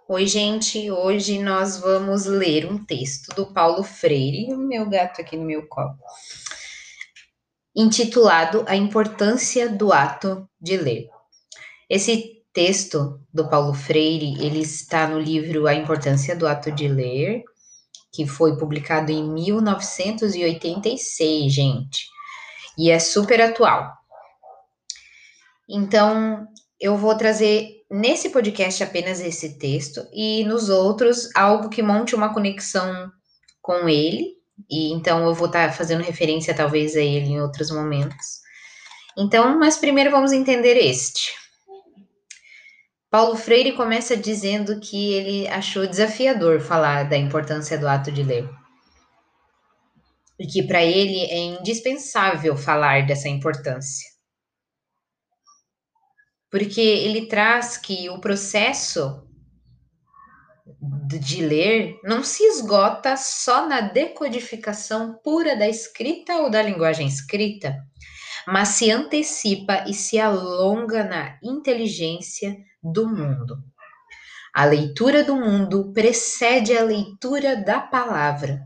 Oi, gente. Hoje nós vamos ler um texto do Paulo Freire, o meu gato aqui no meu colo, intitulado A Importância do Ato de Ler. Esse texto do Paulo Freire, ele está no livro A Importância do Ato de Ler, que foi publicado em 1986, gente, e é super atual. Então, eu vou trazer nesse podcast apenas esse texto e nos outros algo que monte uma conexão com ele, e então eu vou estar fazendo referência talvez a ele em outros momentos. Então, mas primeiro vamos entender este. Paulo Freire começa dizendo que ele achou desafiador falar da importância do ato de ler, e que para ele é indispensável falar dessa importância, porque ele traz que o processo de ler não se esgota só na decodificação pura da escrita ou da linguagem escrita, mas se antecipa e se alonga na inteligência do mundo. A leitura do mundo precede a leitura da palavra.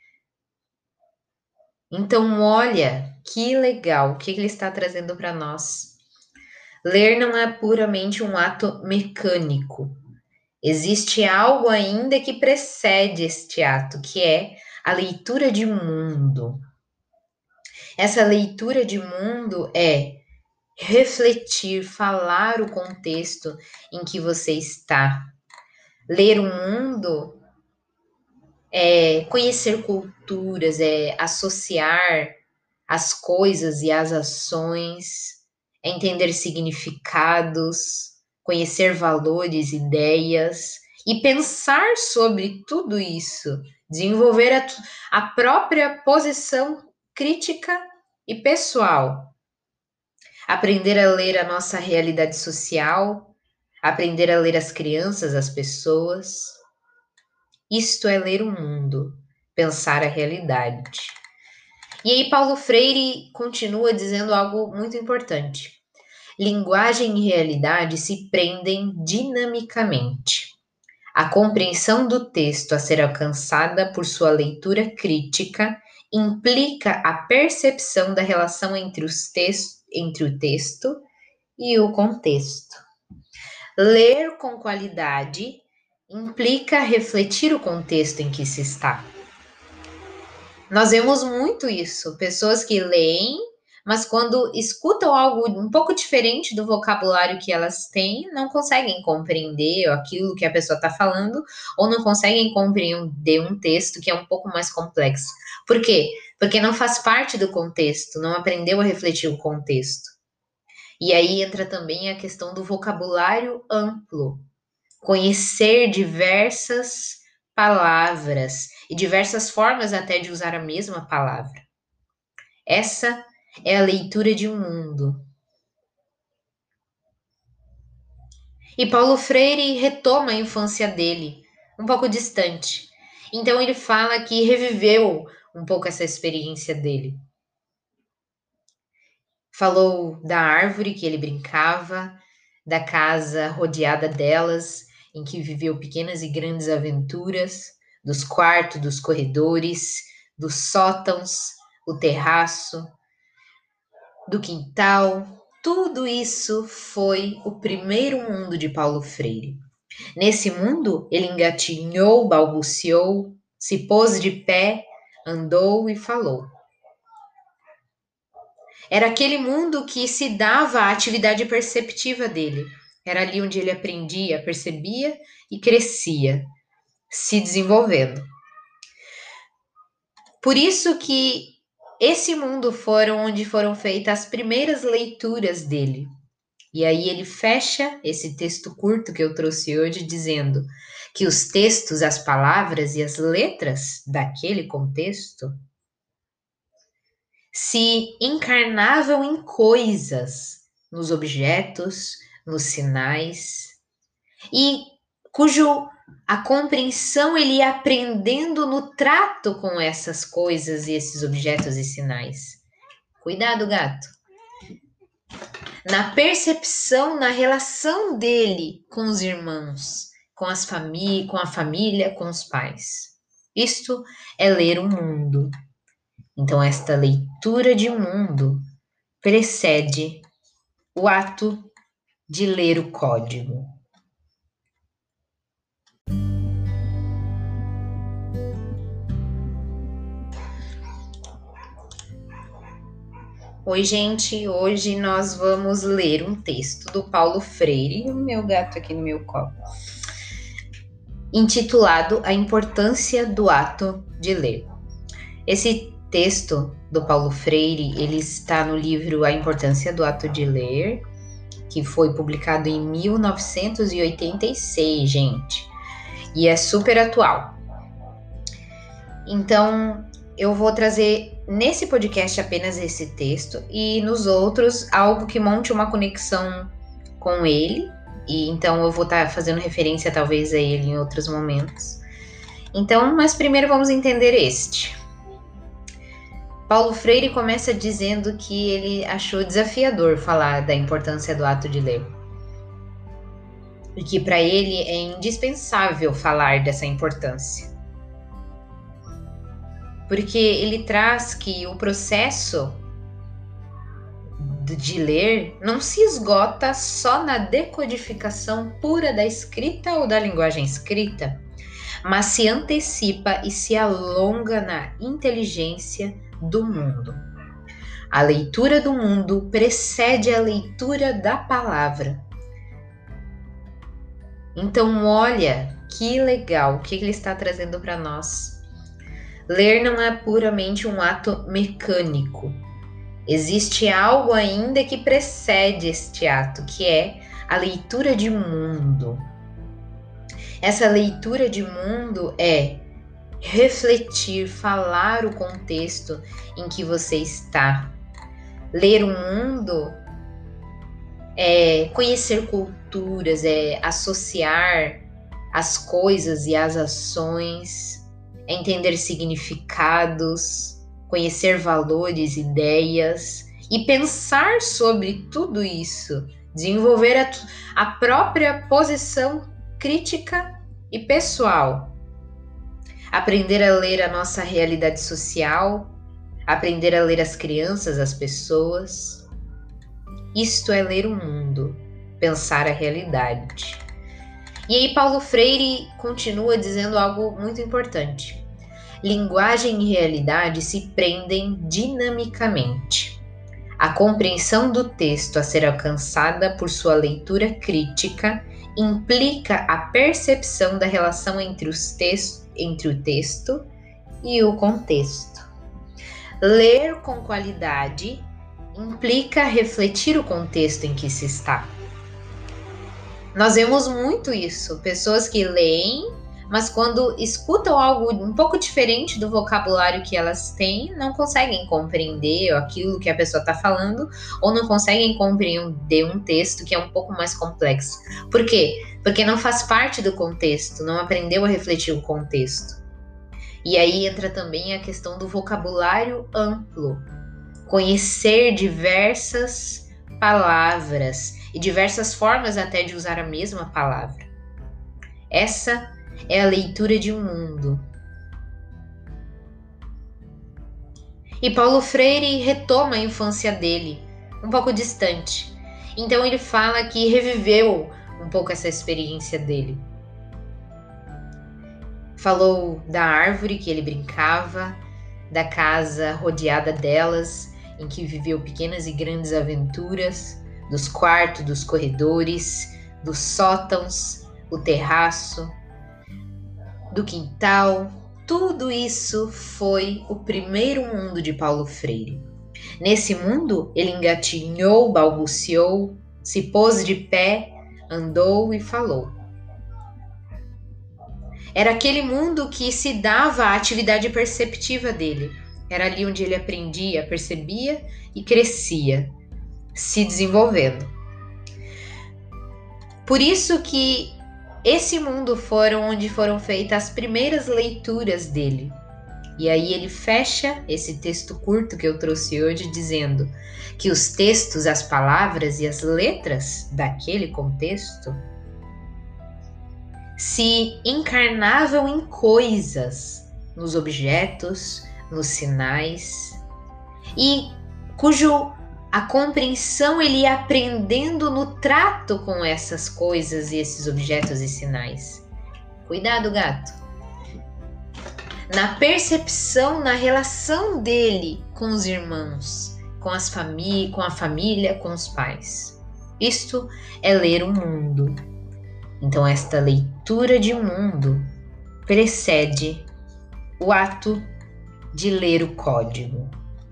Então, olha que legal o que ele está trazendo para nós. Ler não é puramente um ato mecânico. Existe algo ainda que precede este ato, que é a leitura de mundo. Essa leitura de mundo é refletir, falar o contexto em que você está. Ler o mundo é conhecer culturas, é associar as coisas e as ações, é entender significados, conhecer valores, ideias e pensar sobre tudo isso, desenvolver a própria posição crítica e pessoal, aprender a ler a nossa realidade social, aprender a ler as crianças, as pessoas. Isto é ler o mundo, pensar a realidade. E aí Paulo Freire continua dizendo algo muito importante. Linguagem e realidade se prendem dinamicamente. A compreensão do texto a ser alcançada por sua leitura crítica implica a percepção da relação entre o texto e o contexto. Ler com qualidade implica refletir o contexto em que se está. Nós vemos muito isso, pessoas que leem, mas quando escutam algo um pouco diferente do vocabulário que elas têm, não conseguem compreender aquilo que a pessoa está falando, ou não conseguem compreender um texto que é um pouco mais complexo. Por quê? Porque não faz parte do contexto, não aprendeu a refletir o contexto. E aí entra também a questão do vocabulário amplo, conhecer diversas palavras e diversas formas até de usar a mesma palavra. Essa é a leitura de um mundo. E Paulo Freire retoma a infância dele, um pouco distante. Então ele fala que reviveu um pouco essa experiência dele. Falou da árvore que ele brincava, da casa rodeada delas, em que viveu pequenas e grandes aventuras, dos quartos, dos corredores, dos sótãos, o terraço, do quintal. Tudo isso foi o primeiro mundo de Paulo Freire. Nesse mundo, ele engatinhou, balbuciou, se pôs de pé, andou e falou. Era aquele mundo que se dava a atividade perceptiva dele. Era ali onde ele aprendia, percebia e crescia, se desenvolvendo. Por isso que esse mundo foram onde foram feitas as primeiras leituras dele. E aí ele fecha esse texto curto que eu trouxe hoje dizendo que os textos, as palavras e as letras daquele contexto se encarnavam em coisas, nos objetos, nos sinais, e cujo a compreensão ele ia aprendendo no trato com essas coisas e esses objetos e sinais. Cuidado, gato. Na percepção, na relação dele com os irmãos, com a família, com os pais. Isto é ler o mundo. Então, esta leitura de mundo precede o ato de ler o código. Oi, gente, hoje nós vamos ler um texto do Paulo Freire, o meu gato aqui no meu colo, intitulado A Importância do Ato de Ler. Esse texto do Paulo Freire, ele está no livro A Importância do Ato de Ler, que foi publicado em 1986, gente, e é super atual. Então, eu vou trazer nesse podcast apenas esse texto e nos outros algo que monte uma conexão com ele, e então eu vou estar fazendo referência talvez a ele em outros momentos. Então, mas primeiro vamos entender este. Paulo Freire começa dizendo que ele achou desafiador falar da importância do ato de ler. E que para ele é indispensável falar dessa importância. Porque ele traz que o processo de ler não se esgota só na decodificação pura da escrita ou da linguagem escrita, mas se antecipa e se alonga na inteligência do mundo. A leitura do mundo precede a leitura da palavra. Então, olha que legal o que ele está trazendo para nós. Ler não é puramente um ato mecânico. Existe algo ainda que precede este ato, que é a leitura de mundo. Essa leitura de mundo é refletir, falar o contexto em que você está. Ler o mundo é conhecer culturas, é associar as coisas e as ações, é entender significados, conhecer valores, ideias e pensar sobre tudo isso, desenvolver a própria posição crítica e pessoal, aprender a ler a nossa realidade social, aprender a ler as crianças, as pessoas. Isto é ler o mundo, pensar a realidade. E aí Paulo Freire continua dizendo algo muito importante. Linguagem e realidade se prendem dinamicamente. A compreensão do texto a ser alcançada por sua leitura crítica implica a percepção da relação entre o texto e o contexto. Ler com qualidade implica refletir o contexto em que se está. Nós vemos muito isso, pessoas que leem, mas quando escutam algo um pouco diferente do vocabulário que elas têm, não conseguem compreender aquilo que a pessoa está falando, ou não conseguem compreender um texto que é um pouco mais complexo. Por quê? Porque não faz parte do contexto, não aprendeu a refletir o contexto. E aí entra também a questão do vocabulário amplo, conhecer diversas palavras e diversas formas até de usar a mesma palavra. Essa é a leitura de um mundo. E Paulo Freire retoma a infância dele, um pouco distante. Então ele fala que reviveu um pouco essa experiência dele. Falou da árvore que ele brincava, da casa rodeada delas, em que viveu pequenas e grandes aventuras, dos quartos, dos corredores, dos sótãos, o terraço, do quintal. Tudo isso foi o primeiro mundo de Paulo Freire. Nesse mundo, ele engatinhou, balbuciou, se pôs de pé, andou e falou. Era aquele mundo que se dava à atividade perceptiva dele. Era ali onde ele aprendia, percebia e crescia, se desenvolvendo. Por isso que esse mundo foram onde foram feitas as primeiras leituras dele. E aí ele fecha esse texto curto que eu trouxe hoje dizendo que os textos, as palavras e as letras daquele contexto se encarnavam em coisas, nos objetos, nos sinais, e cujo a compreensão ele ia aprendendo no trato com essas coisas e esses objetos e sinais. Cuidado, gato. Na percepção, na relação dele com os irmãos, com a família, com os pais. Isto é ler o mundo. Então, esta leitura de mundo precede o ato de ler o código.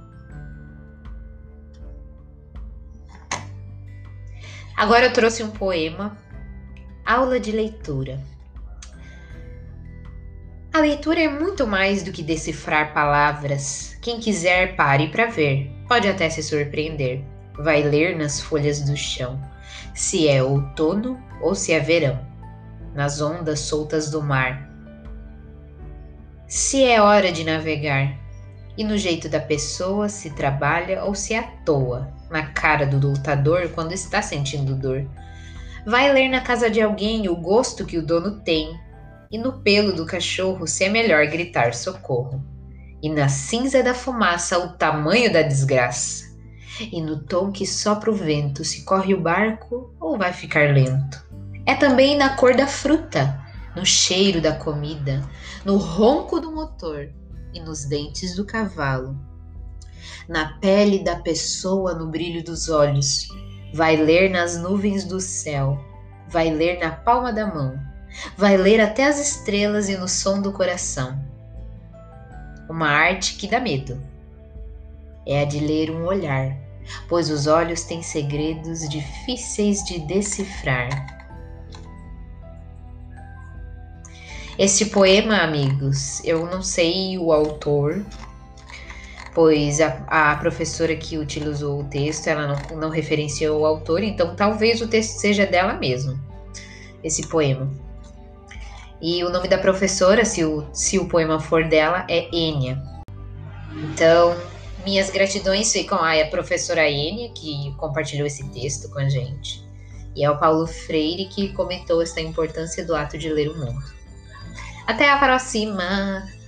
Agora eu trouxe um poema, Aula de Leitura. A leitura é muito mais do que decifrar palavras. Quem quiser, pare para ver. Pode até se surpreender. Vai ler nas folhas do chão, se é outono ou se é verão, nas ondas soltas do mar, se é hora de navegar, e no jeito da pessoa se trabalha ou se é à toa, na cara do lutador quando está sentindo dor. Vai ler na casa de alguém o gosto que o dono tem, e no pelo do cachorro se é melhor gritar socorro, e na cinza da fumaça o tamanho da desgraça, e no tom que sopra o vento se corre o barco ou vai ficar lento. É também na cor da fruta, no cheiro da comida, no ronco do motor e nos dentes do cavalo, na pele da pessoa, no brilho dos olhos. Vai ler nas nuvens do céu, vai ler na palma da mão, vai ler até as estrelas e no som do coração. Uma arte que dá medo é a de ler um olhar, pois os olhos têm segredos difíceis de decifrar. Este poema, amigos, eu não sei o autor, pois a professora que utilizou o texto, ela não referenciou o autor, então talvez o texto seja dela mesmo, esse poema. E o nome da professora, se o poema for dela, é Ênia. Então, minhas gratidões ficam à professora Ênia, que compartilhou esse texto com a gente, e ao Paulo Freire, que comentou essa importância do ato de ler o mundo. Até a próxima!